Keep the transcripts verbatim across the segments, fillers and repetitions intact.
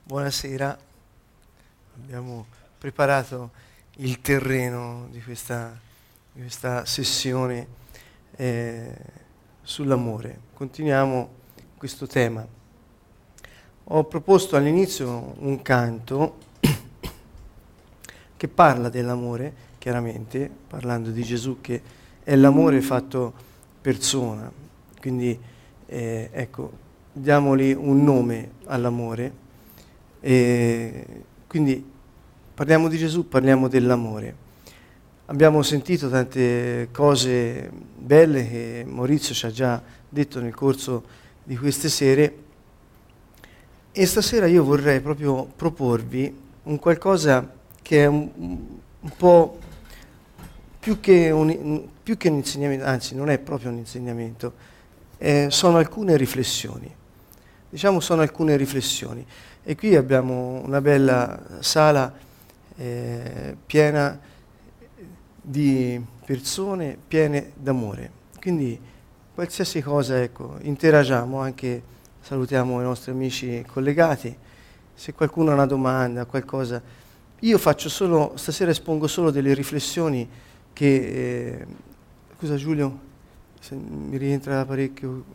Buonasera, abbiamo preparato il terreno di questa, di questa sessione eh, sull'amore. Continuiamo questo tema. Ho proposto all'inizio un canto che parla dell'amore, chiaramente, parlando di Gesù che è l'amore fatto persona. Quindi, eh, ecco, diamogli un nome all'amore. E quindi parliamo di Gesù, parliamo dell'amore. Abbiamo sentito tante cose belle che Maurizio ci ha già detto nel corso di queste sere e stasera io vorrei proprio proporvi un qualcosa che è un, un po' più che un, più che un insegnamento, anzi non è proprio un insegnamento, eh, sono alcune riflessioni. Diciamo sono alcune riflessioni. E qui abbiamo una bella sala eh, piena di persone piene d'amore. Quindi qualsiasi cosa, ecco, interagiamo, anche salutiamo i nostri amici collegati. Se qualcuno ha una domanda, qualcosa, io faccio solo, stasera espongo solo delle riflessioni che, eh, scusa Giulio, se mi rientra parecchio.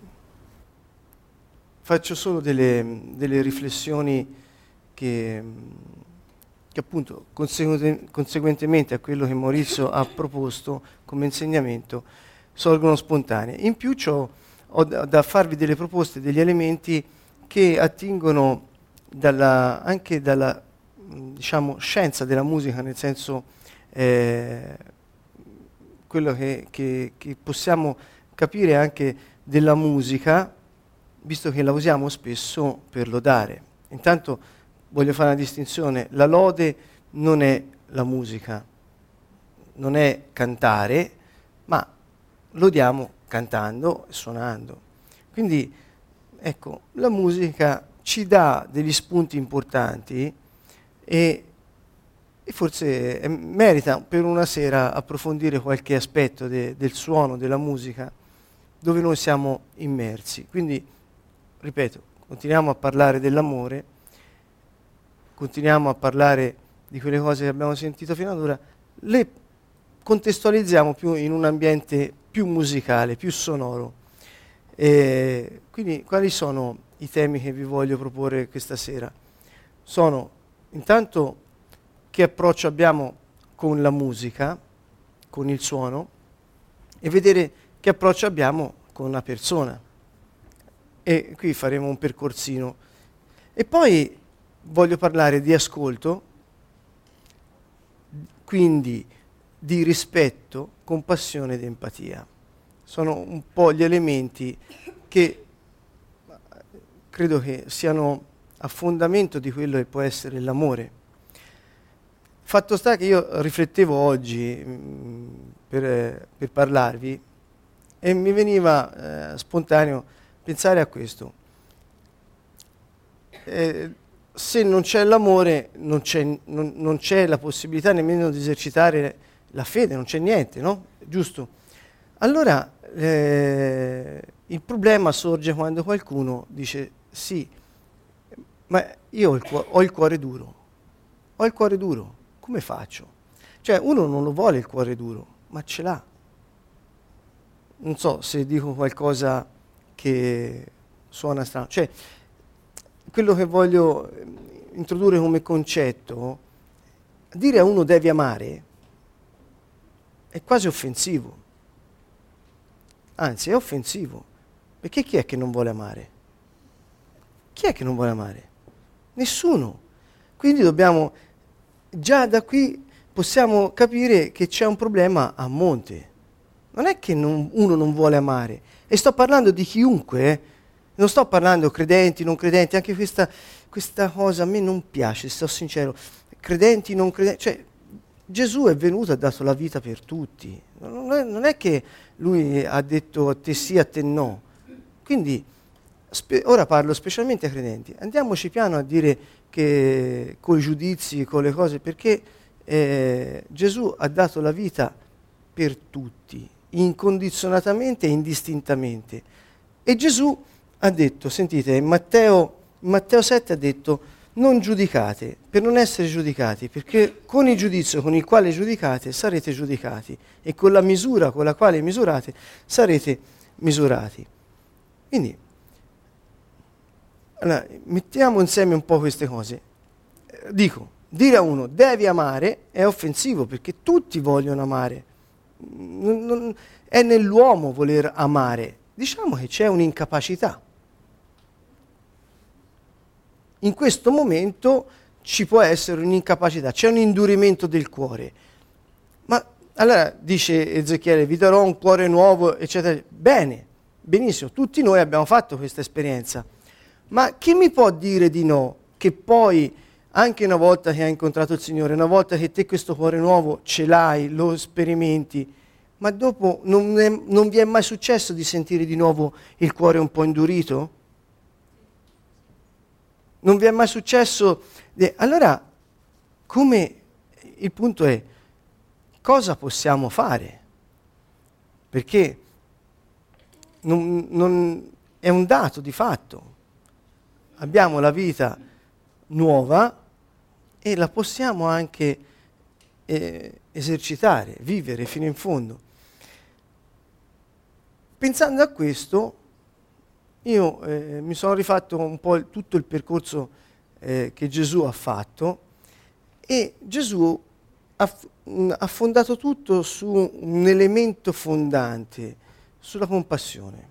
Faccio solo delle, delle riflessioni che, che appunto conseguente, conseguentemente a quello che Maurizio ha proposto come insegnamento sorgono spontanee. In più c'ho, ho da, da farvi delle proposte, degli elementi che attingono dalla, anche dalla diciamo, scienza della musica, nel senso eh, quello che, che, che possiamo capire anche della musica, visto che la usiamo spesso per lodare. Intanto voglio fare una distinzione, la lode non è la musica, non è cantare, ma lodiamo cantando e suonando. Quindi, ecco, la musica ci dà degli spunti importanti e, e forse eh, merita per una sera approfondire qualche aspetto de, del suono, della musica, dove noi siamo immersi. Quindi, ripeto, continuiamo a parlare dell'amore, continuiamo a parlare di quelle cose che abbiamo sentito fino ad ora, le contestualizziamo più in un ambiente più musicale, più sonoro. E quindi quali sono i temi che vi voglio proporre questa sera? Sono intanto che approccio abbiamo con la musica, con il suono, e vedere che approccio abbiamo con la persona. E qui faremo un percorsino. E poi voglio parlare di ascolto, quindi di rispetto, compassione ed empatia. Sono un po' gli elementi che credo che siano a fondamento di quello che può essere l'amore. Fatto sta che io riflettevo oggi mh, per, per parlarvi e mi veniva eh, spontaneo pensare a questo. Eh, se non c'è l'amore, non c'è, non, non c'è la possibilità nemmeno di esercitare la fede, non c'è niente, no? Giusto? Allora, eh, il problema sorge quando qualcuno dice sì, ma io ho il, cuore, ho il cuore duro, ho il cuore duro, come faccio? Cioè, uno non lo vuole il cuore duro, ma ce l'ha. Non so se dico qualcosa che suona strano, cioè quello che voglio introdurre come concetto, dire a uno devi amare è quasi offensivo, anzi è offensivo, perché chi è che non vuole amare? Chi è che non vuole amare? Nessuno. Quindi dobbiamo, già da qui possiamo capire che c'è un problema a monte. Non è che non, uno non vuole amare, e sto parlando di chiunque, eh. Non sto parlando credenti, non credenti, anche questa, questa cosa a me non piace, sto sincero, credenti, non credenti, cioè Gesù è venuto e ha dato la vita per tutti, non è, non è che lui ha detto a te sì, a te no, quindi spe, ora parlo specialmente ai credenti, andiamoci piano a dire che con i giudizi, con le cose, perché eh, Gesù ha dato la vita per tutti, incondizionatamente e indistintamente, e Gesù ha detto, sentite, in Matteo, in Matteo sette ha detto, non giudicate, per non essere giudicati, perché con il giudizio con il quale giudicate sarete giudicati e con la misura con la quale misurate sarete misurati. Quindi, allora, mettiamo insieme un po' queste cose. Dico, dire a uno devi amare è offensivo perché tutti vogliono amare. Non, non, è nell'uomo voler amare. Diciamo che c'è un'incapacità. In questo momento ci può essere un'incapacità, c'è un indurimento del cuore. Ma allora dice Ezechiele, vi darò un cuore nuovo, eccetera. Bene, benissimo, tutti noi abbiamo fatto questa esperienza. Ma chi mi può dire di no? Che poi, anche una volta che hai incontrato il Signore, una volta che te questo cuore nuovo ce l'hai, lo sperimenti, ma dopo non, è, non vi è mai successo di sentire di nuovo il cuore un po' indurito? Non vi è mai successo? Di... Allora, come il punto è, cosa possiamo fare? Perché non, non, è un dato di fatto. Abbiamo la vita nuova e la possiamo anche eh, esercitare, vivere fino in fondo. Pensando a questo, io eh, mi sono rifatto un po' il, tutto il percorso eh, che Gesù ha fatto e Gesù ha, ha fondato tutto su un elemento fondante, sulla compassione,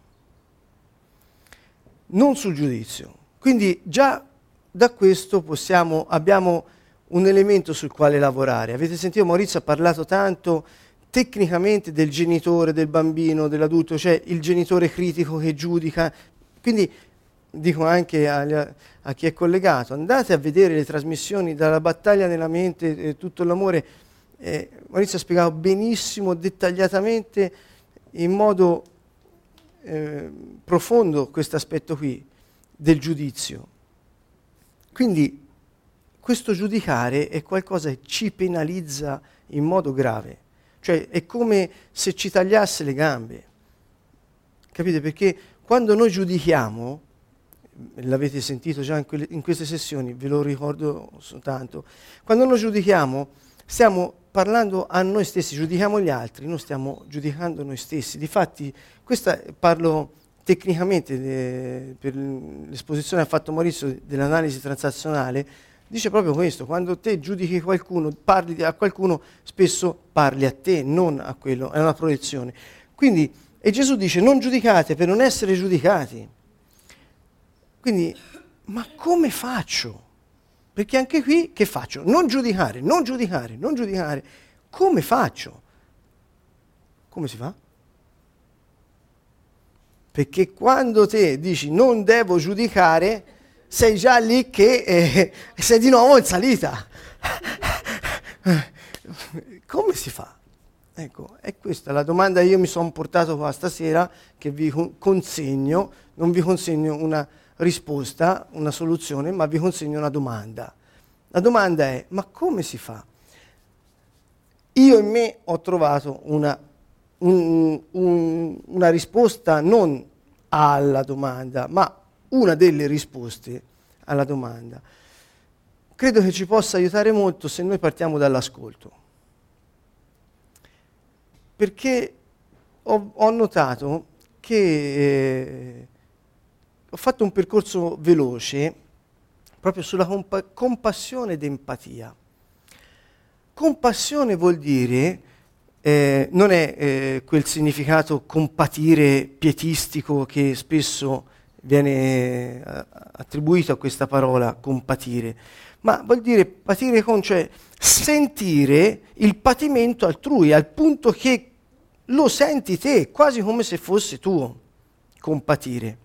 non sul giudizio. Quindi già da questo possiamo, abbiamo un elemento sul quale lavorare. Avete sentito Maurizio ha parlato tanto tecnicamente del genitore, del bambino, dell'adulto, cioè il genitore critico che giudica. Quindi dico anche a, a chi è collegato, andate a vedere le trasmissioni dalla battaglia nella mente, eh, tutto l'amore. Eh, Maurizio ha spiegato benissimo, dettagliatamente, in modo eh, profondo questo aspetto qui del giudizio. Quindi questo giudicare è qualcosa che ci penalizza in modo grave, cioè è come se ci tagliasse le gambe, capite? Perché quando noi giudichiamo, l'avete sentito già in, quelle, in queste sessioni, ve lo ricordo soltanto, quando noi giudichiamo stiamo parlando a noi stessi, giudichiamo gli altri, non stiamo giudicando noi stessi. Difatti, questa parlo tecnicamente de, per l'esposizione che ha fatto Maurizio dell'analisi transazionale, dice proprio questo: quando te giudichi qualcuno, parli a qualcuno, spesso parli a te, non a quello, è una proiezione. Quindi, e Gesù dice non giudicate per non essere giudicati. Quindi, ma come faccio? Perché anche qui che faccio? Non giudicare, non giudicare, non giudicare. Come faccio? Come si fa? Perché quando te dici non devo giudicare, sei già lì che eh, sei di nuovo in salita. Come si fa? Ecco, è questa la domanda che io mi sono portato qua stasera, che vi consegno, non vi consegno una risposta, una soluzione, ma vi consegno una domanda. La domanda è: ma come si fa? Io in me ho trovato una, un, un, una risposta non alla domanda, ma una delle risposte alla domanda. Credo che ci possa aiutare molto se noi partiamo dall'ascolto. Perché ho, ho notato che eh, ho fatto un percorso veloce proprio sulla compa- compassione ed empatia. Compassione vuol dire, eh, non è eh, quel significato compatire pietistico che spesso viene eh, attribuito a questa parola, compatire, ma vuol dire patire con, cioè sentire il patimento altrui, al punto che lo senti te, quasi come se fosse tuo, compatire.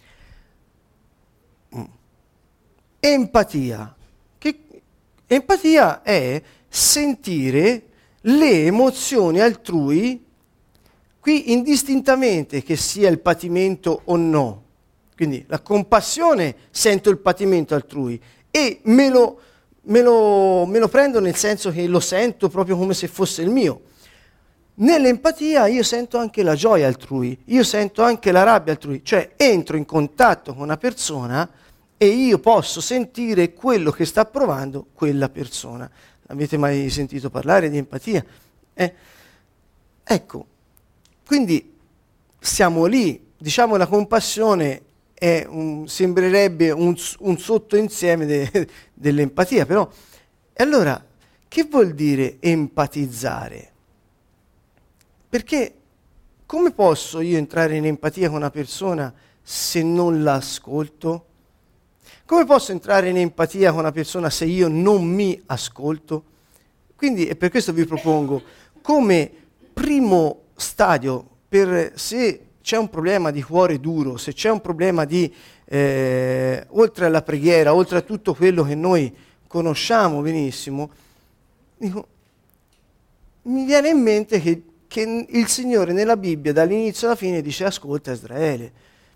Mm. Empatia. Che, empatia è sentire le emozioni altrui, qui indistintamente che sia il patimento o no. Quindi la compassione, sento il patimento altrui e me lo, me lo, me lo prendo nel senso che lo sento proprio come se fosse il mio. Nell'empatia io sento anche la gioia altrui, io sento anche la rabbia altrui, cioè entro in contatto con una persona e io posso sentire quello che sta provando quella persona. Avete mai sentito parlare di empatia? Eh? Ecco, quindi siamo lì, diciamo la compassione è un, sembrerebbe un, un sottoinsieme de, dell'empatia, però, e allora, che vuol dire empatizzare? Perché come posso io entrare in empatia con una persona se non la ascolto? Come posso entrare in empatia con una persona se io non mi ascolto? Quindi, e per questo vi propongo, come primo stadio, per se c'è un problema di cuore duro, se c'è un problema di, eh, oltre alla preghiera, oltre a tutto quello che noi conosciamo benissimo, dico, mi viene in mente che, che il Signore nella Bibbia dall'inizio alla fine dice ascolta Israele.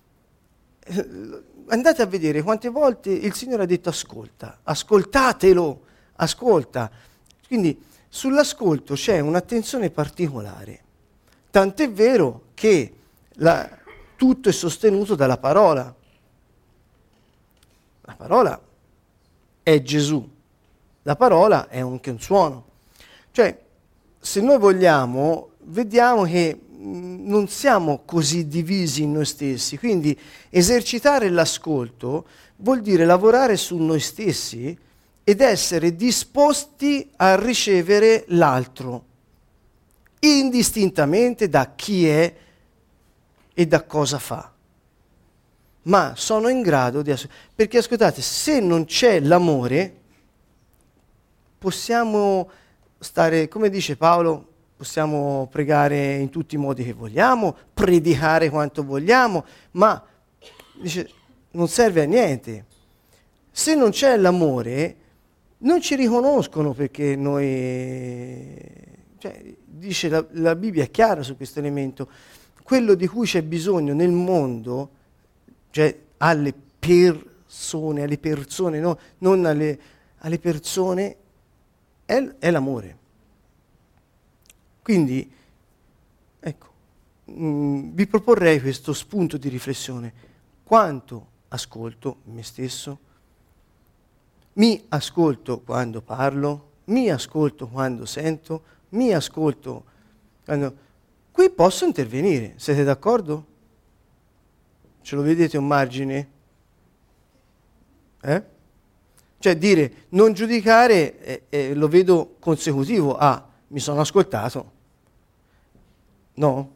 Andate a vedere quante volte il Signore ha detto ascolta, ascoltatelo, ascolta. Quindi sull'ascolto c'è un'attenzione particolare, tant'è vero che la, tutto è sostenuto dalla parola. La parola è Gesù, la parola è anche un suono. Cioè, se noi vogliamo, vediamo che mh, non siamo così divisi in noi stessi, quindi esercitare l'ascolto vuol dire lavorare su noi stessi ed essere disposti a ricevere l'altro, indistintamente da chi è e da cosa fa. Ma sono in grado di ascoltare. Perché ascoltate, se non c'è l'amore, possiamo stare, come dice Paolo, possiamo pregare in tutti i modi che vogliamo, predicare quanto vogliamo, ma dice, non serve a niente. Se non c'è l'amore, non ci riconoscono perché noi, cioè, dice la, la Bibbia è chiara su questo elemento, quello di cui c'è bisogno nel mondo, cioè alle persone, alle persone, no? Non alle, alle persone, è, è l'amore. Quindi, ecco, mh, vi proporrei questo spunto di riflessione. Quanto ascolto me stesso? Mi ascolto quando parlo? Mi ascolto quando sento? Mi ascolto quando... Qui posso intervenire, siete d'accordo? Ce lo vedete un margine? Eh? Cioè dire non giudicare eh, eh, lo vedo consecutivo a mi sono ascoltato. No?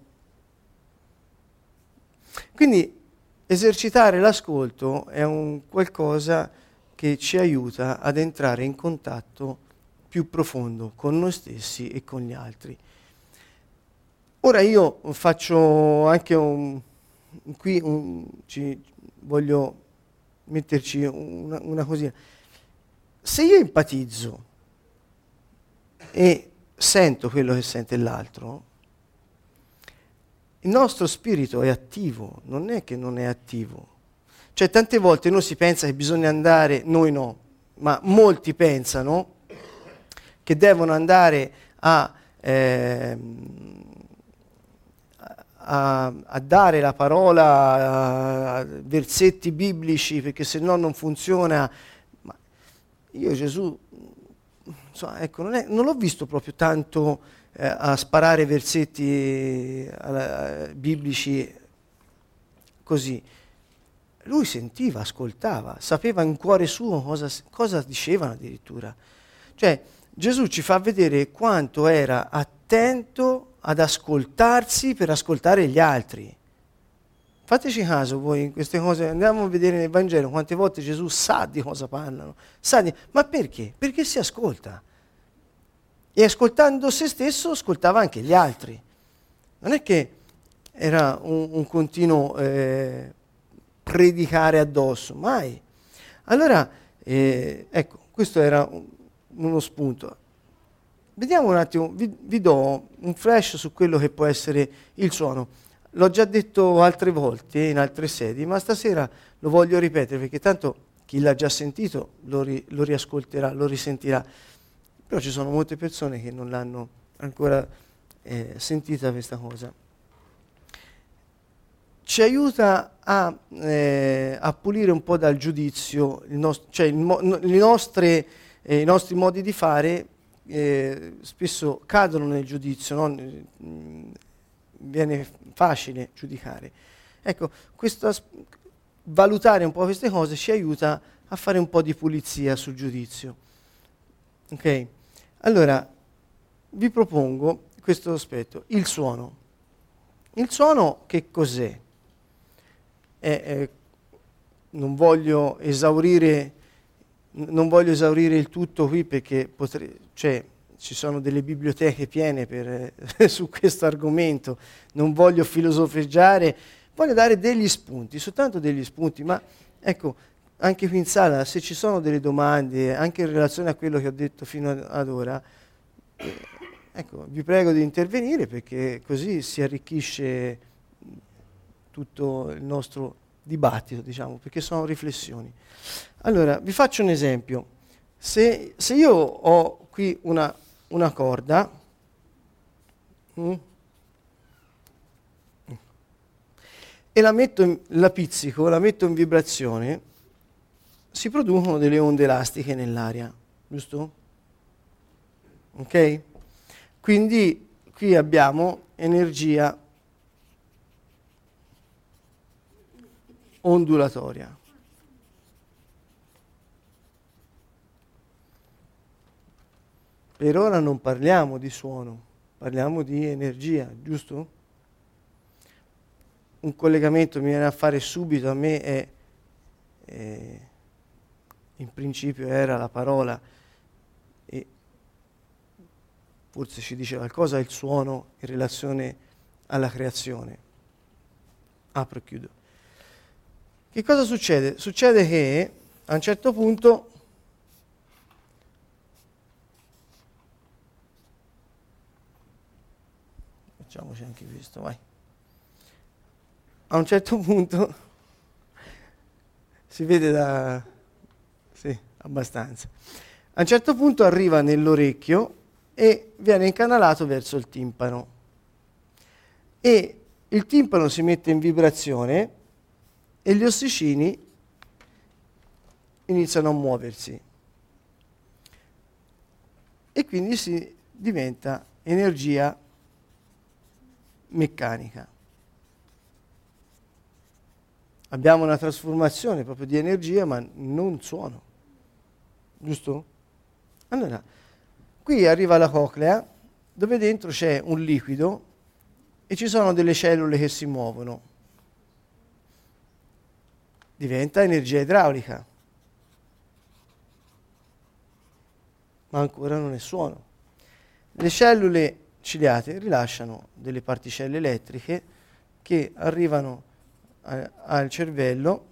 Quindi esercitare l'ascolto è un qualcosa che ci aiuta ad entrare in contatto più profondo con noi stessi e con gli altri. Ora io faccio anche un... qui un, ci, voglio metterci una, una cosina. Se io empatizzo e sento quello che sente l'altro, il nostro spirito è attivo, non è che non è attivo. Cioè tante volte noi si pensa che bisogna andare, noi no, ma molti pensano che devono andare a, eh, a, a dare la parola a versetti biblici perché se no non funziona. Ma io Gesù, insomma, ecco, non, è, non l'ho visto proprio tanto eh, a sparare versetti eh, biblici così. Lui sentiva, ascoltava, sapeva in cuore suo cosa, cosa dicevano addirittura. Cioè Gesù ci fa vedere quanto era attento ad ascoltarsi per ascoltare gli altri. Fateci caso voi in queste cose, andiamo a vedere nel Vangelo quante volte Gesù sa di cosa parlano. Sa di, ma perché? Perché si ascolta. E ascoltando se stesso ascoltava anche gli altri. Non è che era un, un continuo... Eh, predicare addosso, mai. Allora, eh, ecco, questo era un, uno spunto. Vediamo un attimo, vi, vi do un flash su quello che può essere il suono. L'ho già detto altre volte in altre sedi, ma stasera lo voglio ripetere perché tanto chi l'ha già sentito lo, ri, lo riascolterà, lo risentirà. Però ci sono molte persone che non l'hanno ancora eh, sentita questa cosa. ci aiuta a, eh, a pulire un po' dal giudizio, il nost- cioè il mo- no- le nostre, eh, i nostri modi di fare eh, spesso cadono nel giudizio, no? Mm, viene facile giudicare. Ecco, questo as- valutare un po' queste cose ci aiuta a fare un po' di pulizia sul giudizio. Ok? Allora, vi propongo questo aspetto, il suono. Il suono che cos'è? Eh, eh, non voglio esaurire non voglio esaurire il tutto qui perché potre, cioè, ci sono delle biblioteche piene per, eh, su questo argomento, non voglio filosofeggiare, voglio dare degli spunti, soltanto degli spunti, ma ecco, anche qui in sala, se ci sono delle domande, anche in relazione a quello che ho detto fino ad, ad ora, eh, ecco, vi prego di intervenire perché così si arricchisce tutto il nostro dibattito, diciamo, perché sono riflessioni. Allora, vi faccio un esempio. Se, se io ho qui una, una corda, mm, e la metto in, la pizzico, la metto in vibrazione, si producono delle onde elastiche nell'aria, giusto? Ok? Quindi qui abbiamo energia ondulatoria. Per ora non parliamo di suono, parliamo di energia, giusto? Un collegamento mi viene a fare subito a me è, è in principio era la parola e forse ci dice qualcosa il suono in relazione alla creazione. Apro e chiudo. Che cosa succede? Succede che a un certo punto facciamoci anche questo, vai. A un certo punto si vede da... sì, abbastanza. A un certo punto arriva nell'orecchio e viene incanalato verso il timpano. E il timpano si mette in vibrazione e gli ossicini iniziano a muoversi. E quindi si diventa energia meccanica. Abbiamo una trasformazione proprio di energia, ma non suono. Giusto? Allora, qui arriva la coclea, dove dentro c'è un liquido e ci sono delle cellule che si muovono. Diventa energia idraulica. Ma ancora non è suono. Le cellule ciliate rilasciano delle particelle elettriche che arrivano a, al cervello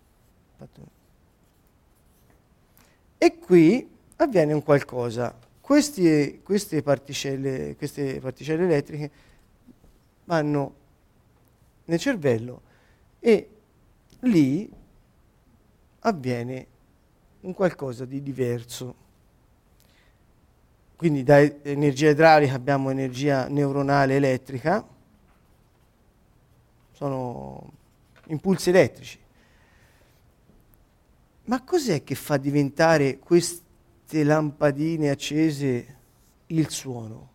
e qui avviene un qualcosa. Questi, queste, particelle, queste particelle elettriche vanno nel cervello e lì avviene un qualcosa di diverso. Quindi da energia idraulica abbiamo energia neuronale elettrica, sono impulsi elettrici. Ma cos'è che fa diventare queste lampadine accese il suono?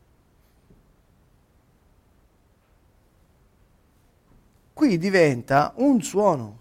Qui diventa un suono,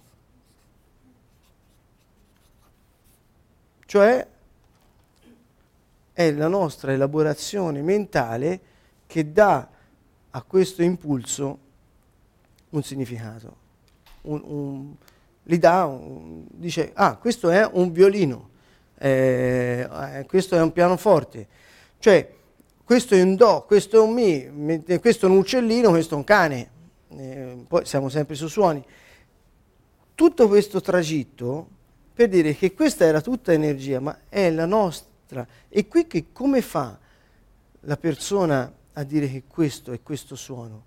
cioè è la nostra elaborazione mentale che dà a questo impulso un significato, un, un, gli dà un, dice, ah, questo è un violino, eh, questo è un pianoforte, cioè questo è un do, questo è un mi, questo è un uccellino, questo è un cane, eh, poi siamo sempre su suoni. Tutto questo tragitto per dire che questa era tutta energia, ma è la nostra. E qui che come fa la persona a dire che questo è questo suono?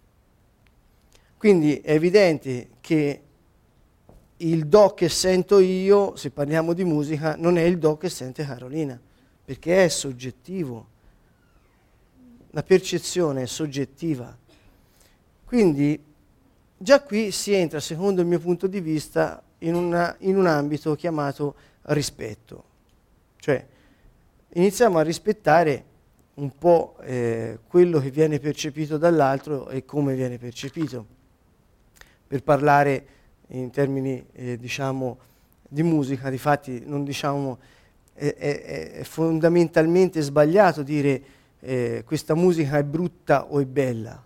Quindi è evidente che il do che sento io, se parliamo di musica, non è il do che sente Carolina, perché è soggettivo. La percezione è soggettiva. Quindi già qui si entra, secondo il mio punto di vista, in, una, in un ambito chiamato rispetto. Cioè, iniziamo a rispettare un po' eh, quello che viene percepito dall'altro e come viene percepito. Per parlare in termini, eh, diciamo, di musica, difatti non diciamo, è, è, è fondamentalmente sbagliato dire eh, questa musica è brutta o è bella.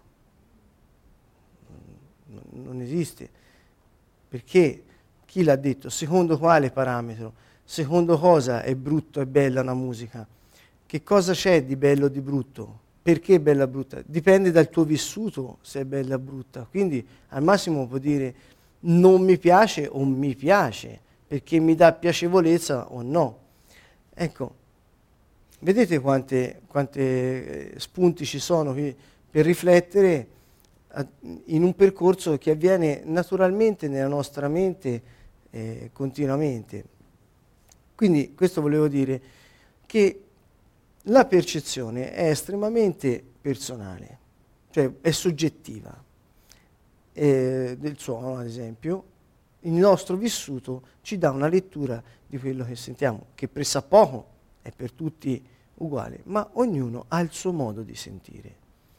Non esiste. Perché chi l'ha detto? Secondo quale parametro? Secondo cosa è brutto e bella una musica? Che cosa c'è di bello o di brutto? Perché è bella o brutta? Dipende dal tuo vissuto se è bella o brutta. Quindi al massimo puoi dire non mi piace o mi piace, perché mi dà piacevolezza o no. Ecco, vedete quante, quante spunti ci sono qui per riflettere a, in un percorso che avviene naturalmente nella nostra mente eh, continuamente. Quindi questo volevo dire che la percezione è estremamente personale, cioè è soggettiva. Eh, del suono, ad esempio, il nostro vissuto ci dà una lettura di quello che sentiamo, che pressappoco è per tutti uguale, ma ognuno ha il suo modo di sentire.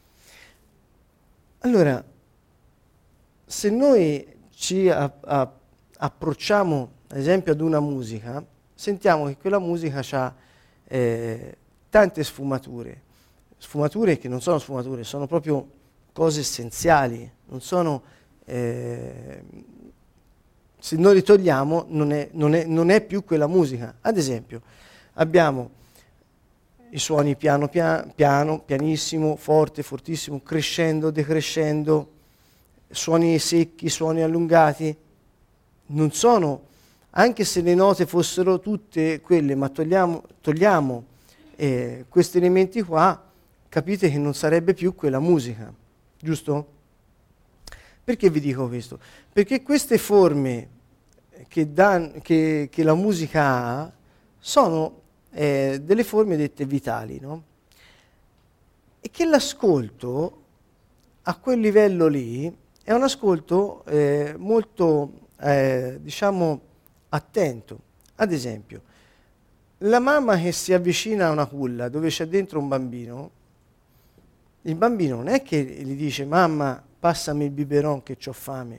Allora, se noi ci a, a, approcciamo, ad esempio, ad una musica, sentiamo che quella musica ha eh, tante sfumature, sfumature che non sono sfumature, sono proprio cose essenziali, non sono, eh, se noi li togliamo non è, non, è, non è più quella musica. Ad esempio, abbiamo i suoni piano, piano, piano, pianissimo, forte, fortissimo, crescendo, decrescendo, suoni secchi, suoni allungati, non sono, anche se le note fossero tutte quelle, ma togliamo, togliamo eh, questi elementi qua, capite che non sarebbe più quella musica, giusto? Perché vi dico questo? Perché queste forme che, dan, che, che la musica ha sono eh, delle forme dette vitali, no? E che l'ascolto a quel livello lì è un ascolto eh, molto, eh, diciamo, attento. Ad esempio, la mamma che si avvicina a una culla dove c'è dentro un bambino, il bambino non è che gli dice mamma passami il biberon che c'ho fame,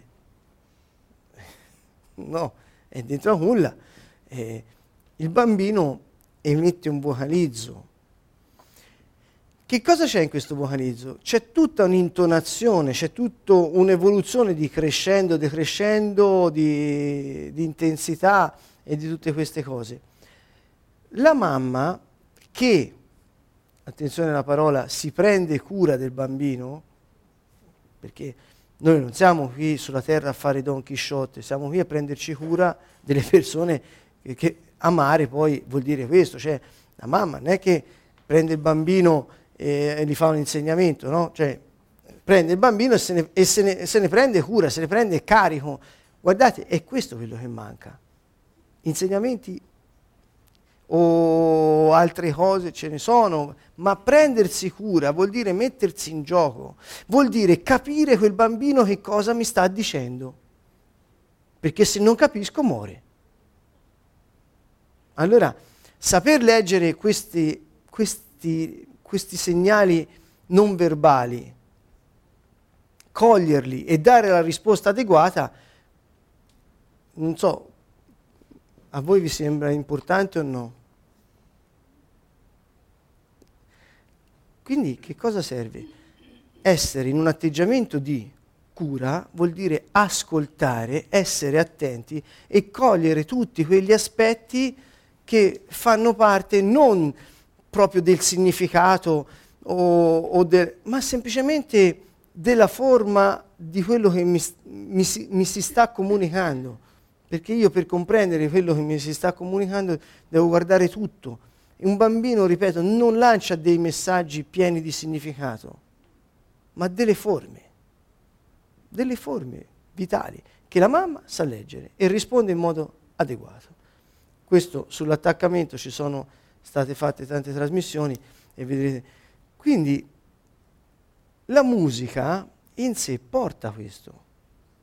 no, è dentro la culla, eh, il bambino emette un vocalizzo. Che cosa c'è in questo vocalizzo? C'è tutta un'intonazione, c'è tutta un'evoluzione di crescendo, decrescendo, di, di intensità e di tutte queste cose. La mamma che, attenzione alla parola, si prende cura del bambino, perché noi non siamo qui sulla terra a fare Don Chisciotte, siamo qui a prenderci cura delle persone che, che amare poi vuol dire questo, cioè la mamma non è che prende il bambino e, e gli fa un insegnamento, no? Cioè prende il bambino e, se ne, e se, ne, se ne prende cura, se ne prende carico. Guardate, è questo quello che manca. Insegnamenti o altre cose ce ne sono, ma prendersi cura vuol dire mettersi in gioco, vuol dire capire quel bambino che cosa mi sta dicendo, perché se non capisco muore. Allora, saper leggere questi, questi, questi segnali non verbali, coglierli e dare la risposta adeguata, non so, a voi vi sembra importante o no? Quindi che cosa serve? Essere in un atteggiamento di cura vuol dire ascoltare, essere attenti e cogliere tutti quegli aspetti che fanno parte non proprio del significato, o, o del, ma semplicemente della forma di quello che mi, mi, mi si sta comunicando. Perché io per comprendere quello che mi si sta comunicando devo guardare tutto. E un bambino, ripeto, non lancia dei messaggi pieni di significato, ma delle forme, delle forme vitali che la mamma sa leggere e risponde in modo adeguato. Questo sull'attaccamento ci sono state fatte tante trasmissioni e vedrete. Quindi la musica in sé porta questo.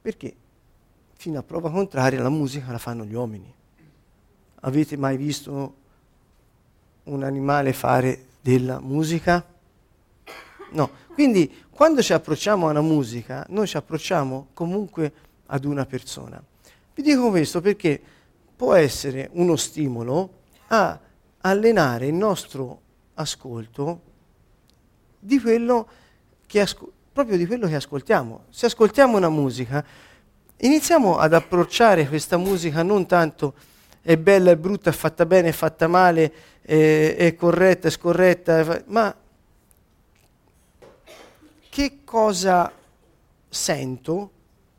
Perché fino a prova contraria la musica la fanno gli uomini. Avete mai visto un animale fare della musica? No. Quindi quando ci approcciamo alla musica, noi ci approcciamo comunque ad una persona. Vi dico questo perché può essere uno stimolo a allenare il nostro ascolto di quello che asco- proprio di quello che ascoltiamo. Se ascoltiamo una musica, iniziamo ad approcciare questa musica non tanto è bella, è brutta, è fatta bene, è fatta male, è, è corretta, è scorretta, è fa- ma che cosa sento?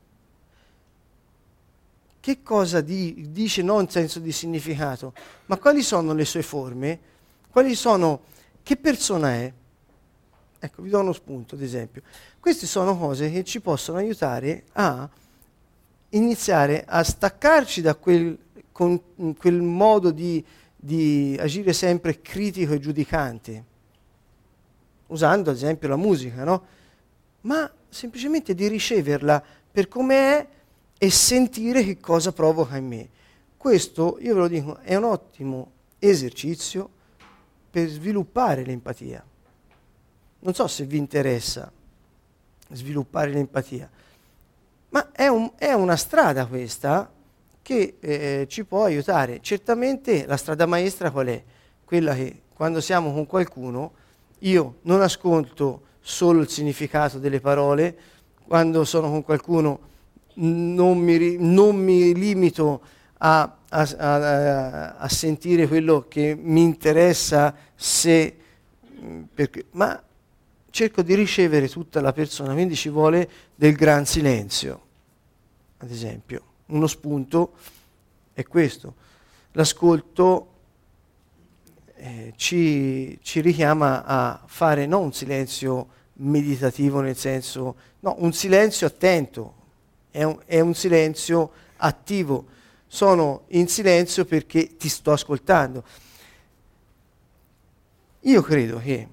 Che cosa di, dice non in senso di significato, ma quali sono le sue forme? Quali sono, che persona è? Ecco, vi do uno spunto, ad esempio. Queste sono cose che ci possono aiutare a iniziare a staccarci da quel, con, quel modo di, di agire sempre critico e giudicante, usando ad esempio la musica, no? Ma semplicemente di riceverla per come è e sentire che cosa provoca in me. Questo, io ve lo dico, è un ottimo esercizio per sviluppare l'empatia. Non so se vi interessa sviluppare l'empatia, ma è, un, è una strada questa che eh, ci può aiutare. Certamente la strada maestra qual è? Quella che quando siamo con qualcuno io non ascolto solo il significato delle parole, quando sono con qualcuno non mi, non mi limito a, a, a, a sentire quello che mi interessa, se, perché, ma cerco di ricevere tutta la persona, quindi ci vuole del gran silenzio, ad esempio. Uno spunto è questo. L'ascolto eh, ci, ci richiama a fare non un silenzio meditativo nel senso, no, un silenzio attento, è un, è un silenzio attivo. Sono in silenzio perché ti sto ascoltando. Io credo che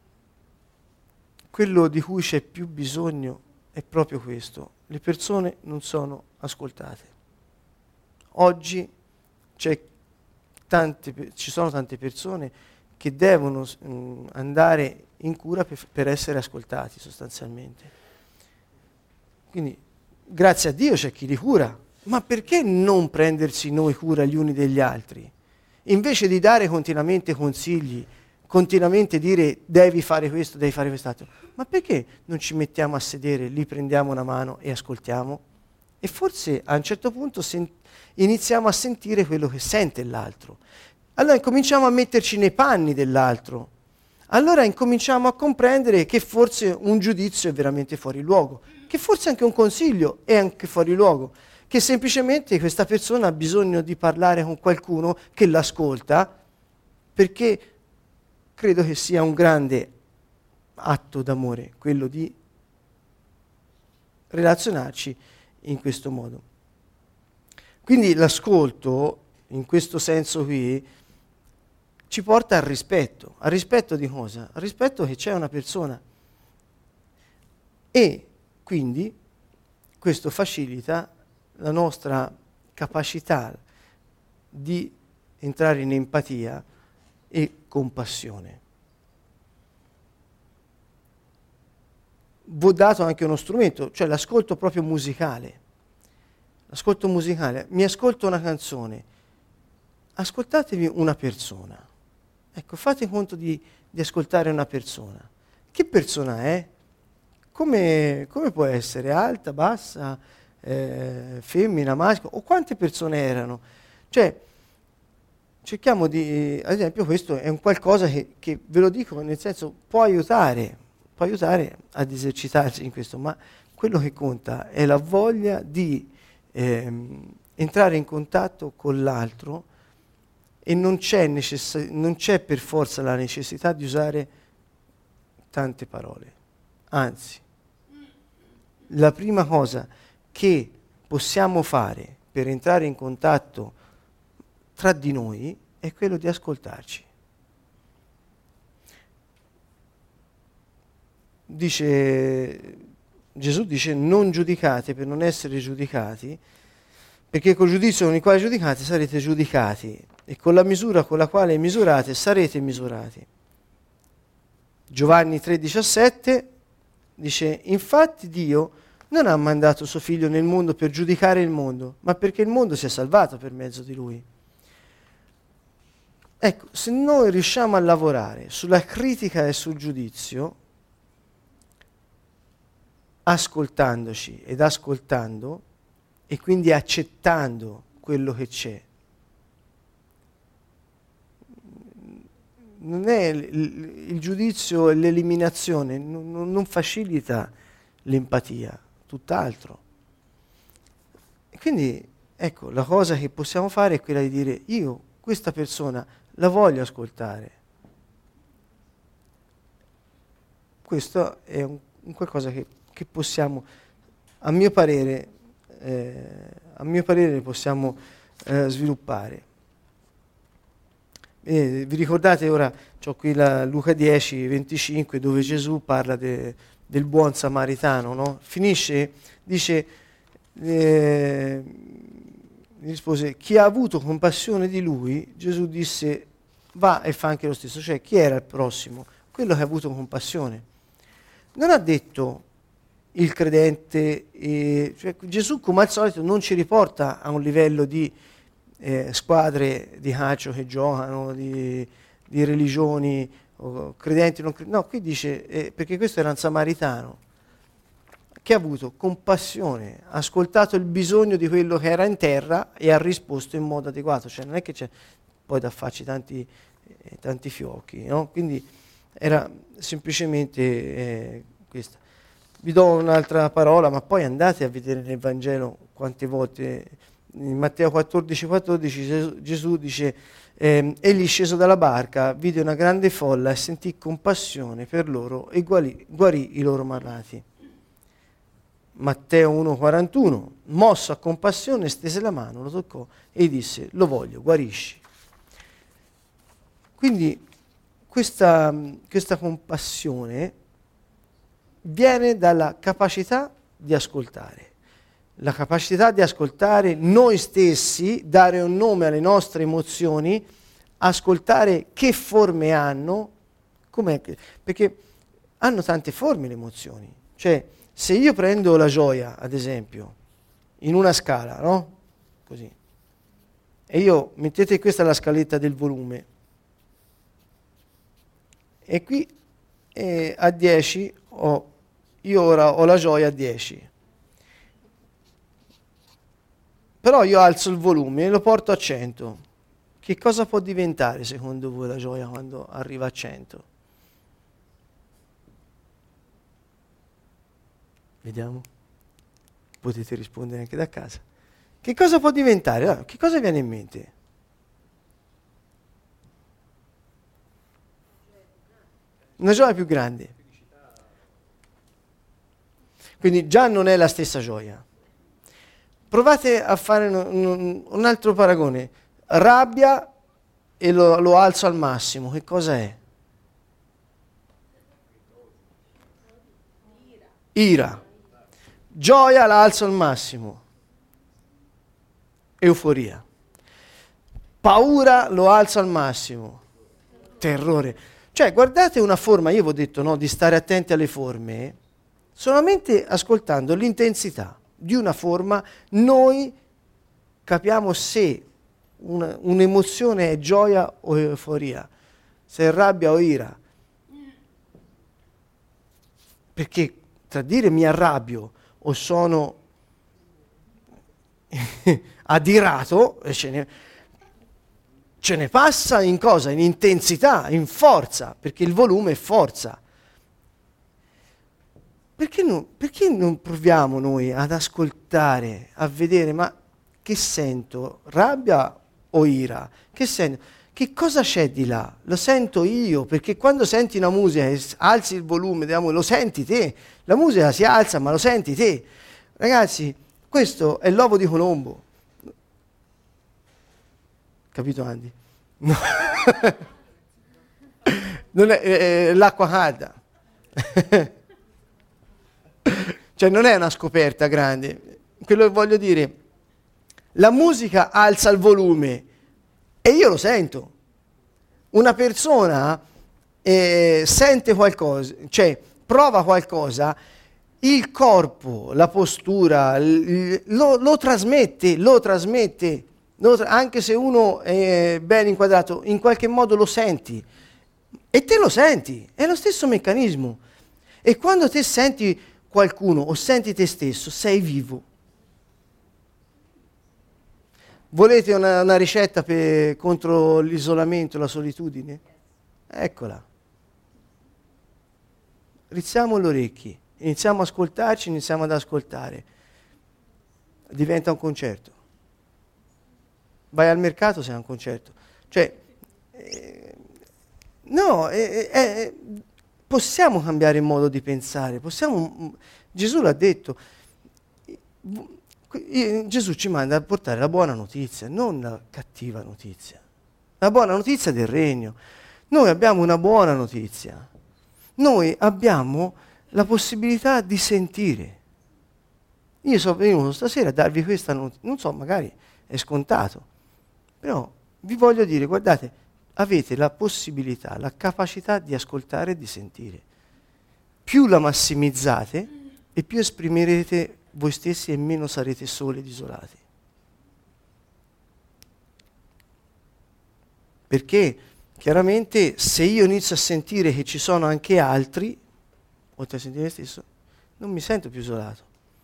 quello di cui c'è più bisogno è proprio questo. Le persone non sono ascoltate. Oggi c'è tante, ci sono tante persone che devono mh, andare in cura per, per essere ascoltati sostanzialmente. Quindi grazie a Dio c'è chi li cura, ma perché non prendersi noi cura gli uni degli altri? Invece di dare continuamente consigli, continuamente dire devi fare questo, devi fare quest'altro, ma perché non ci mettiamo a sedere, li prendiamo una mano e ascoltiamo? E forse a un certo punto sen- iniziamo a sentire quello che sente l'altro. Allora incominciamo a metterci nei panni dell'altro. Allora incominciamo a comprendere che forse un giudizio è veramente fuori luogo, che forse anche un consiglio è anche fuori luogo, che semplicemente questa persona ha bisogno di parlare con qualcuno che l'ascolta, perché credo che sia un grande atto d'amore quello di relazionarci in questo modo. Quindi l'ascolto, in questo senso qui, ci porta al rispetto. Al rispetto di cosa? Al rispetto che c'è una persona. E quindi questo facilita la nostra capacità di entrare in empatia e compassione. Vi ho dato anche uno strumento, cioè l'ascolto proprio musicale. L'ascolto musicale. Mi ascolto una canzone. Ascoltatevi una persona. Ecco, fate conto di, di ascoltare una persona. Che persona è? Come, come può essere? Alta, bassa, eh, femmina, maschio? O quante persone erano? Cioè, cerchiamo di, ad esempio questo è un qualcosa che, che ve lo dico nel senso può aiutare, può aiutare ad esercitarsi in questo, ma quello che conta è la voglia di ehm, entrare in contatto con l'altro e non c'è, necess- non c'è per forza la necessità di usare tante parole. Anzi, la prima cosa che possiamo fare per entrare in contatto tra di noi è quello di ascoltarci. Dice Gesù dice non giudicate per non essere giudicati, perché col giudizio con il quale giudicate sarete giudicati e con la misura con la quale misurate sarete misurati. Giovanni tre diciassette dice infatti Dio non ha mandato suo figlio nel mondo per giudicare il mondo, ma perché il mondo sia salvato per mezzo di lui. Ecco, se noi riusciamo a lavorare sulla critica e sul giudizio, ascoltandoci ed ascoltando, e quindi accettando quello che c'è, non è il, il, il giudizio e l'eliminazione, non, non facilita l'empatia, tutt'altro. E quindi, ecco, la cosa che possiamo fare è quella di dire, io questa persona la voglio ascoltare. Questo è un, un qualcosa che, che possiamo, a mio parere, eh, a mio parere possiamo eh, sviluppare. Eh, vi ricordate ora, c'ho qui la Luca dieci venticinque dove Gesù parla de, del buon samaritano, no? Finisce, dice, eh, rispose, chi ha avuto compassione di lui, Gesù disse, va e fa anche lo stesso, cioè chi era il prossimo? Quello che ha avuto compassione. Non ha detto il credente, eh, cioè Gesù come al solito non ci riporta a un livello di Eh, squadre di calcio che giocano, di, di religioni, o credenti, non credenti. No, qui dice, eh, perché questo era un samaritano, che ha avuto compassione, ha ascoltato il bisogno di quello che era in terra e ha risposto in modo adeguato. Cioè non è che c'è poi da farci tanti, eh, tanti fiocchi, no? Quindi era semplicemente eh, questa. Vi do un'altra parola, ma poi andate a vedere nel Vangelo quante volte... In Matteo quattordici quattordici Gesù, Gesù dice ehm, egli sceso dalla barca vide una grande folla e sentì compassione per loro e guarì, guarì i loro malati. Matteo uno quarantuno mosso a compassione stese la mano, lo toccò e gli disse lo voglio, guarisci. Quindi questa, questa compassione viene dalla capacità di ascoltare. La capacità di ascoltare noi stessi, dare un nome alle nostre emozioni, ascoltare che forme hanno, com'è che, perché hanno tante forme le emozioni. Cioè, se io prendo la gioia, ad esempio, in una scala, no? Così. E io, mettete questa la scaletta del volume. E qui eh, a dieci ho, io ora ho la gioia a dieci. Però io alzo il volume e lo porto a cento. Che cosa può diventare secondo voi la gioia quando arriva a cento? Vediamo. Potete rispondere anche da casa. Che cosa può diventare? Ah, che cosa viene in mente? Una gioia più grande. Quindi già non è la stessa gioia. Provate a fare un, un, un altro paragone. Rabbia e lo, lo alzo al massimo. Che cosa è? Ira. Gioia la alzo al massimo. Euforia. Paura lo alzo al massimo. Terrore. Cioè, guardate una forma, io vi ho detto, no, di stare attenti alle forme, solamente ascoltando l'intensità di una forma noi capiamo se una, un'emozione è gioia o euforia, se è rabbia o ira. Perché tra dire mi arrabbio o sono adirato, ce ne, ce ne passa in cosa? In intensità, in forza, perché il volume è forza. Perché non, perché non proviamo noi ad ascoltare, a vedere, ma che sento? Rabbia o ira? Che sento? Che cosa c'è di là? Lo sento io, perché quando senti una musica e alzi il volume, lo senti te. La musica si alza, ma lo senti te. Ragazzi, questo è l'uovo di Colombo. Capito, Andy? No. Non è, è l'acqua calda. Cioè non è una scoperta grande. Quello che voglio dire, la musica alza il volume e io lo sento. Una persona eh, sente qualcosa, cioè prova qualcosa, il corpo, la postura, l- lo, lo trasmette, lo trasmette, lo tra- anche se uno è ben inquadrato, in qualche modo lo senti. E te lo senti, è lo stesso meccanismo. E quando te senti qualcuno o senti te stesso, sei vivo. Volete una, una ricetta per, contro l'isolamento, la solitudine? Eccola. Rizziamo le orecchie, iniziamo ad ascoltarci, iniziamo ad ascoltare. Diventa un concerto. Vai al mercato, sei un concerto. Cioè, eh, no, eh, eh, possiamo cambiare il modo di pensare, possiamo, Gesù l'ha detto, Gesù ci manda a portare la buona notizia, non la cattiva notizia, la buona notizia del regno. Noi abbiamo una buona notizia, noi abbiamo la possibilità di sentire. Io sono venuto stasera a darvi questa notizia, non so, magari è scontato, però vi voglio dire, guardate, avete la possibilità, la capacità di ascoltare e di sentire. Più la massimizzate e più esprimerete voi stessi e meno sarete soli ed isolati. Perché chiaramente se io inizio a sentire che ci sono anche altri, oltre a sentire me stesso, non mi sento più isolato.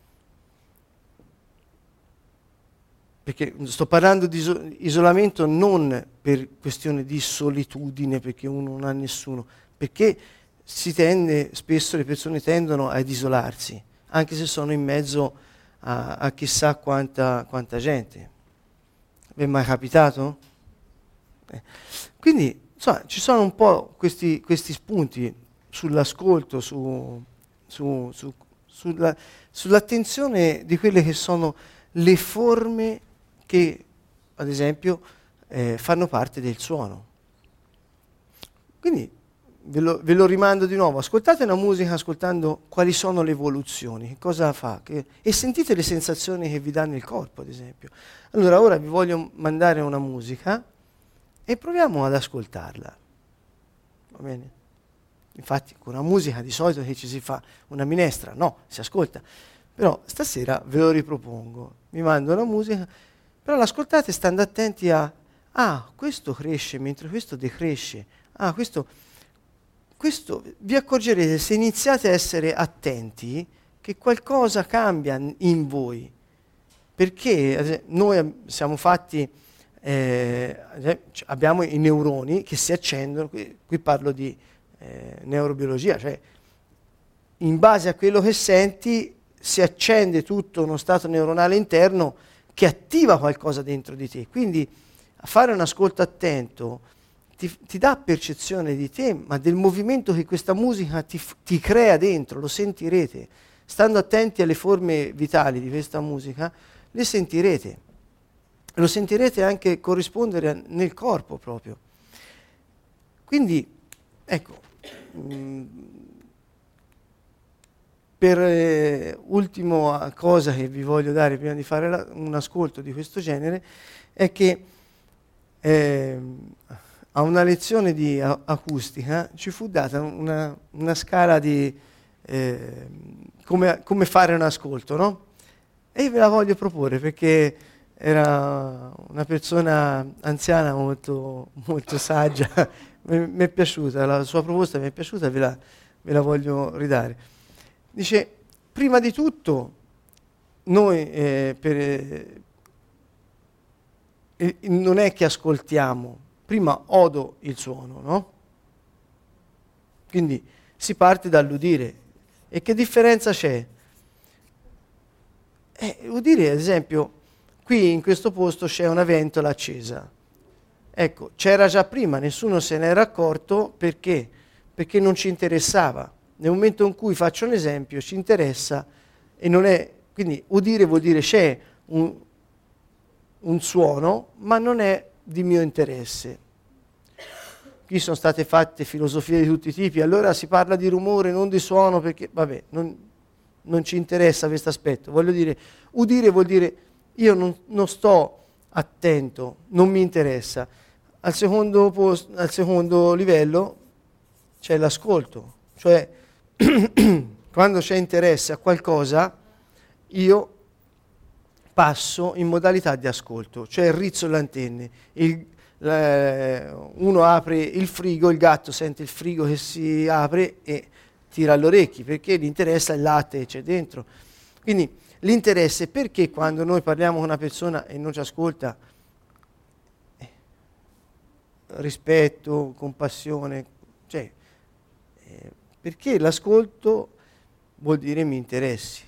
Perché sto parlando di iso- isolamento non per questione di solitudine, perché uno non ha nessuno, perché si tende, spesso le persone tendono ad isolarsi, anche se sono in mezzo a, a chissà quanta, quanta gente. Vi è mai capitato? Eh. Quindi, insomma, ci sono un po' questi, questi spunti sull'ascolto, su, su, su, sulla, sull'attenzione di quelle che sono le forme che, ad esempio, eh, fanno parte del suono. Quindi ve lo, ve lo rimando di nuovo, ascoltate una musica ascoltando quali sono le evoluzioni, che cosa fa, che, e sentite le sensazioni che vi dà nel corpo, ad esempio. Allora, ora vi voglio mandare una musica e proviamo ad ascoltarla. Va bene? Infatti, con una musica di solito che ci si fa una minestra, no, si ascolta. Però stasera ve lo ripropongo, vi mando la musica, però l'ascoltate stando attenti a, ah, questo cresce mentre questo decresce, ah, questo, questo, vi accorgerete se iniziate a essere attenti che qualcosa cambia in voi, perché noi siamo fatti, eh, abbiamo i neuroni che si accendono, qui, qui parlo di eh, neurobiologia, cioè in base a quello che senti si accende tutto uno stato neuronale interno che attiva qualcosa dentro di te. Quindi a fare un ascolto attento ti, ti dà percezione di te, ma del movimento che questa musica ti, ti crea dentro, lo sentirete. Stando attenti alle forme vitali di questa musica, le sentirete. Lo sentirete anche corrispondere nel corpo proprio. Quindi, ecco, mh, per eh, ultima cosa che vi voglio dare prima di fare la, un ascolto di questo genere è che eh, a una lezione di a- acustica ci fu data una, una scala di eh, come, come fare un ascolto, no? E io ve la voglio proporre perché era una persona anziana molto, molto saggia, mi è piaciuta, la sua proposta mi è piaciuta, ve la, ve la voglio ridare. Dice, prima di tutto, noi eh, per, eh, non è che ascoltiamo, prima odo il suono, no? Quindi si parte dall'udire. E che differenza c'è? Eh, udire, ad esempio, qui in questo posto c'è una ventola accesa. Ecco, c'era già prima, nessuno se ne era accorto, perché? Perché non ci interessava. Nel momento in cui faccio un esempio, ci interessa e non è... Quindi udire vuol dire c'è un, un suono, ma non è di mio interesse. Qui sono state fatte filosofie di tutti i tipi, allora si parla di rumore, non di suono, perché, vabbè, non, non ci interessa questo aspetto. Voglio dire, udire vuol dire io non, non sto attento, non mi interessa. Al secondo, post, al secondo livello c'è l'ascolto, cioè quando c'è interesse a qualcosa io passo in modalità di ascolto, cioè rizzo le antenne. Il, la, uno apre il frigo, il gatto sente il frigo che si apre e tira all'orecchio perché gli interessa il latte che c'è dentro. Quindi l'interesse, perché quando noi parliamo con una persona e non ci ascolta, eh, rispetto, compassione, cioè, eh, perché l'ascolto vuol dire mi interessi.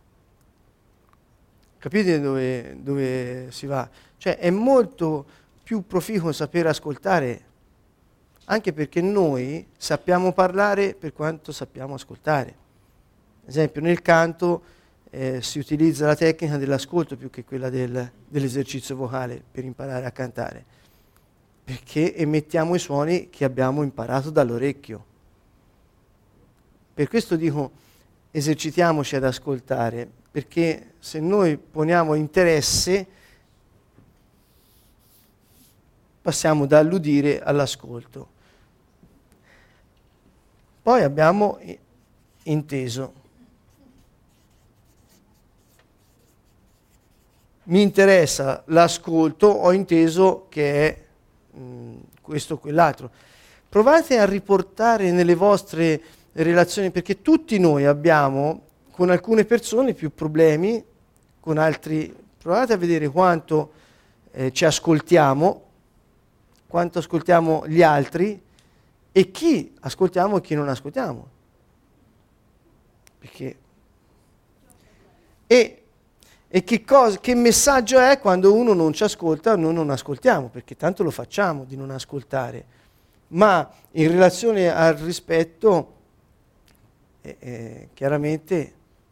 Capite dove, dove si va? Cioè è molto più proficuo sapere ascoltare, anche perché noi sappiamo parlare per quanto sappiamo ascoltare. Ad esempio nel canto eh, si utilizza la tecnica dell'ascolto più che quella del, dell'esercizio vocale per imparare a cantare, perché emettiamo i suoni che abbiamo imparato dall'orecchio. Per questo dico esercitiamoci ad ascoltare, perché se noi poniamo interesse passiamo dall'udire all'ascolto. Poi abbiamo inteso. Mi interessa l'ascolto, ho inteso che è mh, questo o quell'altro. Provate a riportare nelle vostre relazioni, perché tutti noi abbiamo con alcune persone più problemi, con altri, provate a vedere quanto eh, ci ascoltiamo, quanto ascoltiamo gli altri e chi ascoltiamo e chi non ascoltiamo. Perché e, e che, cosa, che messaggio è quando uno non ci ascolta o noi non ascoltiamo, perché tanto lo facciamo di non ascoltare, ma in relazione al rispetto eh, eh, chiaramente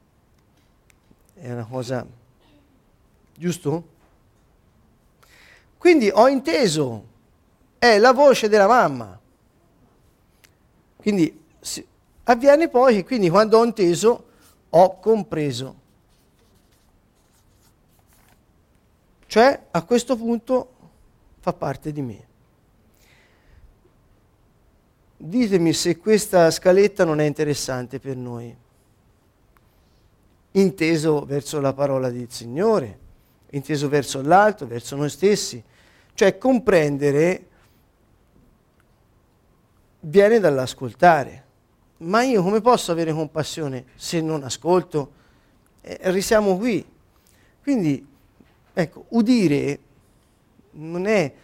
è una cosa, giusto? Quindi ho inteso, è la voce della mamma. Quindi si, avviene poi che quindi quando ho inteso ho compreso. Cioè a questo punto fa parte di me. Ditemi se questa scaletta non è interessante per noi. Inteso verso la parola del Signore, inteso verso l'alto, verso noi stessi. Cioè comprendere viene dall'ascoltare. Ma io come posso avere compassione se non ascolto? Eh, risiamo qui. Quindi, ecco, udire non è...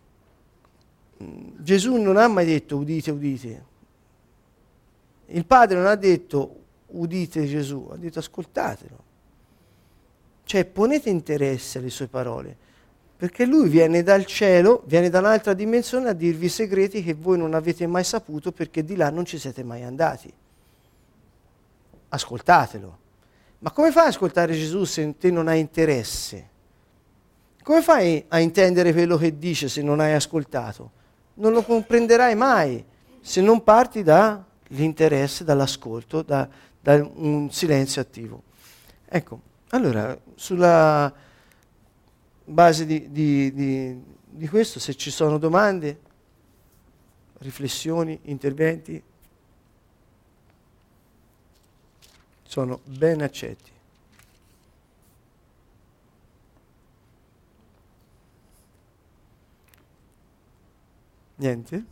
Gesù non ha mai detto udite, udite. Il Padre non ha detto udite Gesù, ha detto ascoltatelo. Cioè ponete interesse alle sue parole, perché lui viene dal cielo, viene da un'altra dimensione a dirvi segreti che voi non avete mai saputo perché di là non ci siete mai andati. Ascoltatelo. Ma come fai ad ascoltare Gesù se te non hai interesse? Come fai a intendere quello che dice se non hai ascoltato? Non lo comprenderai mai se non parti dall'interesse, dall'ascolto, da, da un silenzio attivo. Ecco, allora, sulla base di, di, di, di questo, se ci sono domande, riflessioni, interventi, sono ben accetti. Niente?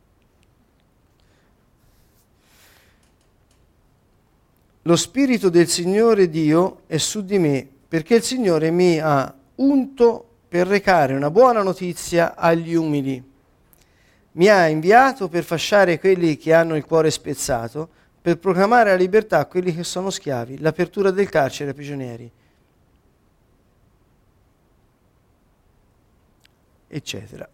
Lo Spirito del Signore Dio è su di me, perché il Signore mi ha unto per recare una buona notizia agli umili. Mi ha inviato per fasciare quelli che hanno il cuore spezzato, per proclamare la libertà a quelli che sono schiavi, l'apertura del carcere ai prigionieri, eccetera.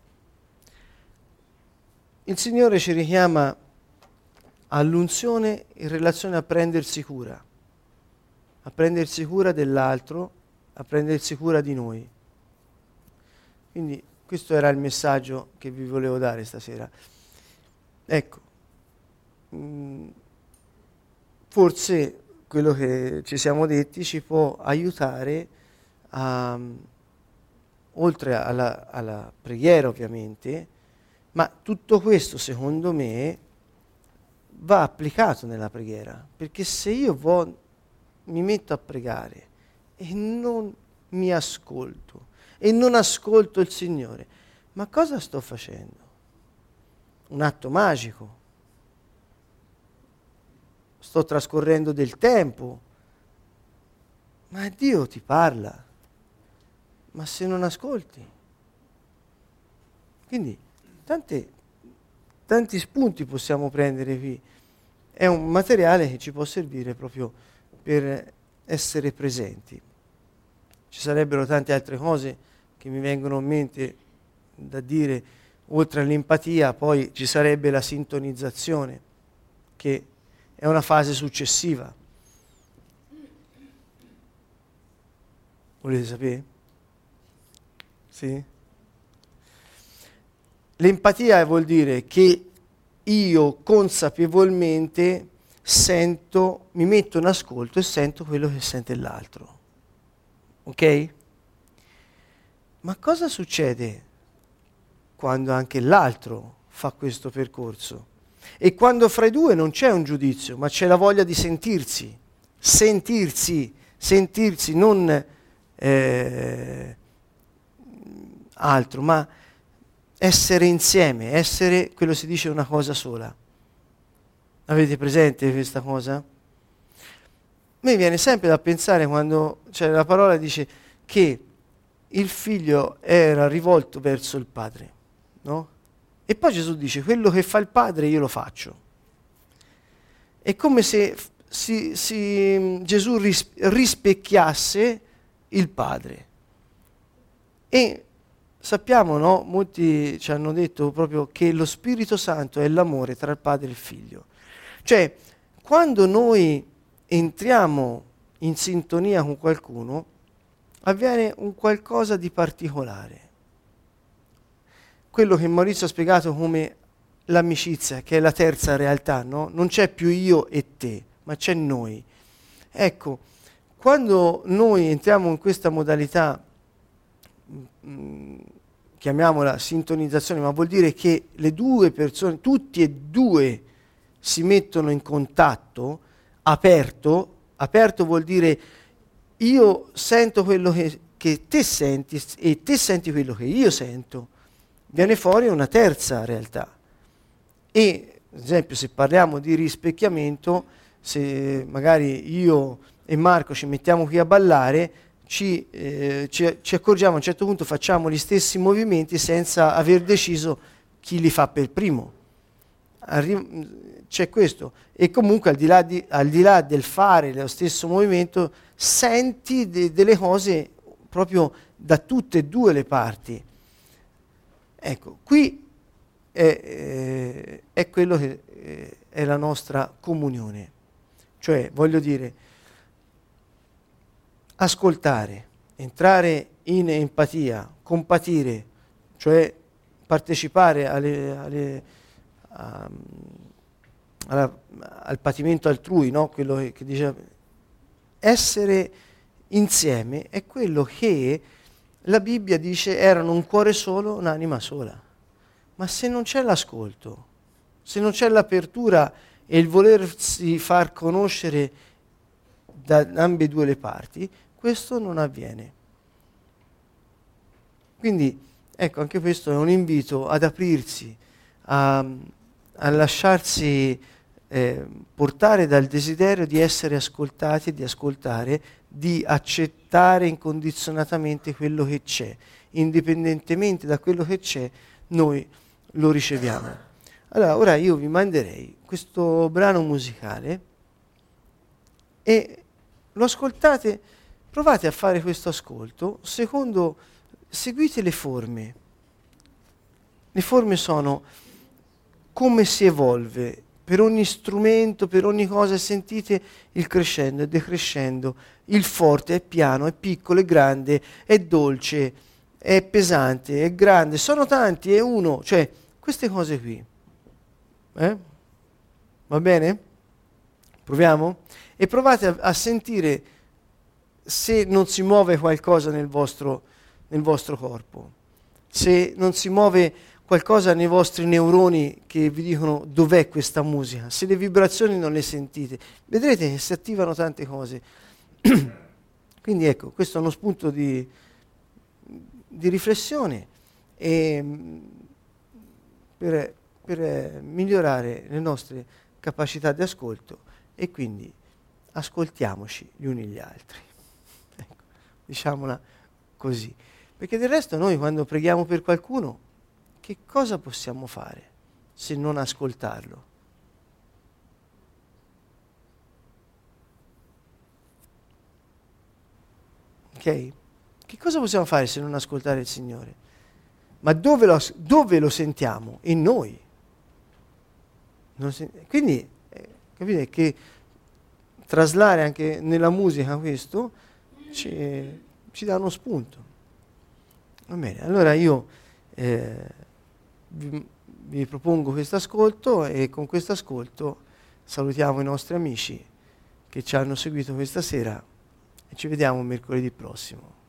Il Signore ci richiama all'unzione in relazione a prendersi cura, a prendersi cura dell'altro, a prendersi cura di noi. Quindi questo era il messaggio che vi volevo dare stasera. Ecco, forse quello che ci siamo detti ci può aiutare a, oltre alla, alla preghiera ovviamente, ma tutto questo secondo me va applicato nella preghiera, perché se io vo- mi metto a pregare e non mi ascolto e non ascolto il Signore, ma cosa sto facendo? Un atto magico. Sto trascorrendo del tempo, ma Dio ti parla, ma se non ascolti. Quindi tante, tanti spunti possiamo prendere qui. È un materiale che ci può servire proprio per essere presenti. Ci sarebbero tante altre cose che mi vengono in mente da dire, oltre all'empatia, poi ci sarebbe la sintonizzazione, che è una fase successiva. Volete sapere? Sì? L'empatia vuol dire che io consapevolmente sento, mi metto in ascolto e sento quello che sente l'altro. Ok? Ma cosa succede quando anche l'altro fa questo percorso? E quando fra i due non c'è un giudizio, ma c'è la voglia di sentirsi, sentirsi, sentirsi, non eh, altro, ma essere insieme, essere, quello si dice, una cosa sola. Avete presente questa cosa? A me viene sempre da pensare quando c'è la parola dice che il figlio era rivolto verso il padre, no? E poi Gesù dice, quello che fa il padre io lo faccio. È come se si, si, Gesù ris, rispecchiasse il padre. E sappiamo, no? Molti ci hanno detto proprio che lo Spirito Santo è l'amore tra il padre e il figlio. Cioè, quando noi entriamo in sintonia con qualcuno, avviene un qualcosa di particolare. Quello che Maurizio ha spiegato come l'amicizia, che è la terza realtà, no? Non c'è più io e te, ma c'è noi. Ecco, quando noi entriamo in questa modalità, mh, chiamiamola sintonizzazione, ma vuol dire che le due persone, tutti e due, si mettono in contatto, aperto, aperto vuol dire io sento quello che, che te senti e te senti quello che io sento. Viene fuori una terza realtà. E, ad esempio, se parliamo di rispecchiamento, se magari io e Marco ci mettiamo qui a ballare, ci, eh, ci, ci accorgiamo a un certo punto, facciamo gli stessi movimenti senza aver deciso chi li fa per primo. Arri- c'è questo. E comunque al di là, di, al di là del fare lo stesso movimento, senti de- delle cose proprio da tutte e due le parti. Ecco, qui è, eh, è quello che eh, è la nostra comunione. Cioè, voglio dire, ascoltare, entrare in empatia, compatire, cioè partecipare alle, alle, a, alla, al patimento altrui, no? Quello che, che dice, essere insieme è quello che la Bibbia dice erano un cuore solo, un'anima sola. Ma se non c'è l'ascolto, se non c'è l'apertura e il volersi far conoscere da ambedue le parti, questo non avviene. Quindi, ecco, anche questo è un invito ad aprirsi, a, a lasciarsi eh, portare dal desiderio di essere ascoltati e di ascoltare, di accettare incondizionatamente quello che c'è, indipendentemente da quello che c'è, noi lo riceviamo. Allora, ora io vi manderei questo brano musicale e lo ascoltate, provate a fare questo ascolto, secondo, seguite le forme. Le forme sono come si evolve per ogni strumento, per ogni cosa, sentite il crescendo e decrescendo, il forte è piano, è piccolo, è grande, è dolce, è pesante, è grande, sono tanti, è uno, cioè queste cose qui. Eh? Va bene? Proviamo? E provate a, a sentire se non si muove qualcosa nel vostro, nel vostro corpo, se non si muove qualcosa nei vostri neuroni che vi dicono dov'è questa musica, se le vibrazioni non le sentite, vedrete che si attivano tante cose. Quindi ecco, questo è uno spunto di, di riflessione e, per, per migliorare le nostre capacità di ascolto, e quindi ascoltiamoci gli uni gli altri. Ecco, diciamola così. Perché del resto noi quando preghiamo per qualcuno, che cosa possiamo fare se non ascoltarlo? Ok? Che cosa possiamo fare se non ascoltare il Signore? Ma dove lo, dove lo sentiamo? In noi. Non sen- Quindi, eh, capite che traslare anche nella musica questo ci, ci dà uno spunto. Va bene, allora io eh, vi, vi propongo questo ascolto, e con questo ascolto salutiamo i nostri amici che ci hanno seguito questa sera e ci vediamo mercoledì prossimo.